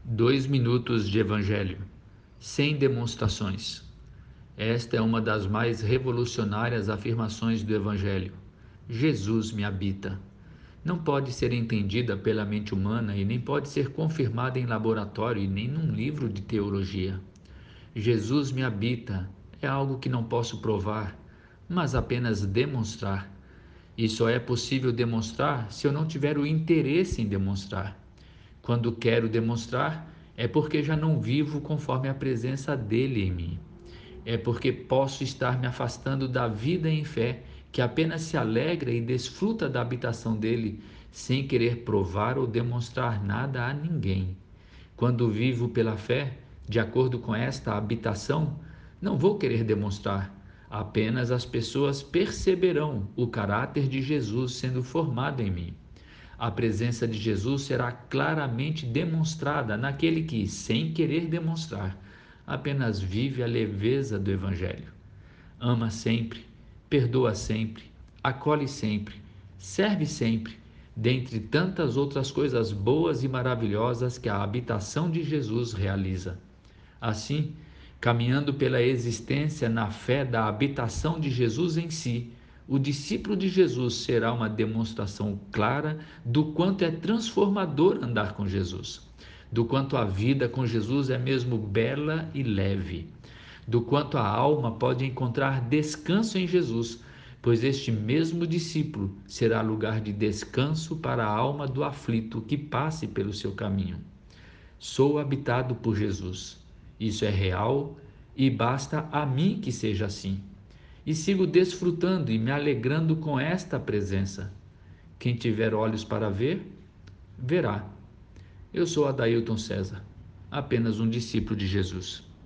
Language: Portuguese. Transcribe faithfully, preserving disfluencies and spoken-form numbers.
Dois minutos de Evangelho, sem demonstrações. Esta é uma das mais revolucionárias afirmações do Evangelho. Jesus me habita. Não pode ser entendida pela mente humana e nem pode ser confirmada em laboratório e nem num livro de teologia. Jesus me habita é algo que não posso provar, mas apenas demonstrar. E só é possível demonstrar se eu não tiver o interesse em demonstrar. Quando quero demonstrar, é porque já não vivo conforme a presença dele em mim. É porque posso estar me afastando da vida em fé, que apenas se alegra e desfruta da habitação dele, sem querer provar ou demonstrar nada a ninguém. Quando vivo pela fé, de acordo com esta habitação, não vou querer demonstrar. Apenas as pessoas perceberão o caráter de Jesus sendo formado em mim. A presença de Jesus será claramente demonstrada naquele que, sem querer demonstrar, apenas vive a leveza do Evangelho. Ama sempre, perdoa sempre, acolhe sempre, serve sempre, dentre tantas outras coisas boas e maravilhosas que a habitação de Jesus realiza. Assim, caminhando pela existência na fé da habitação de Jesus em si, o discípulo de Jesus será uma demonstração clara do quanto é transformador andar com Jesus, do quanto a vida com Jesus é mesmo bela e leve, do quanto a alma pode encontrar descanso em Jesus, pois este mesmo discípulo será lugar de descanso para a alma do aflito que passe pelo seu caminho. Sou habitado por Jesus. Isso é real e basta a mim que seja assim. E sigo desfrutando e me alegrando com esta presença. Quem tiver olhos para ver, verá. Eu sou Adailton César, apenas um discípulo de Jesus.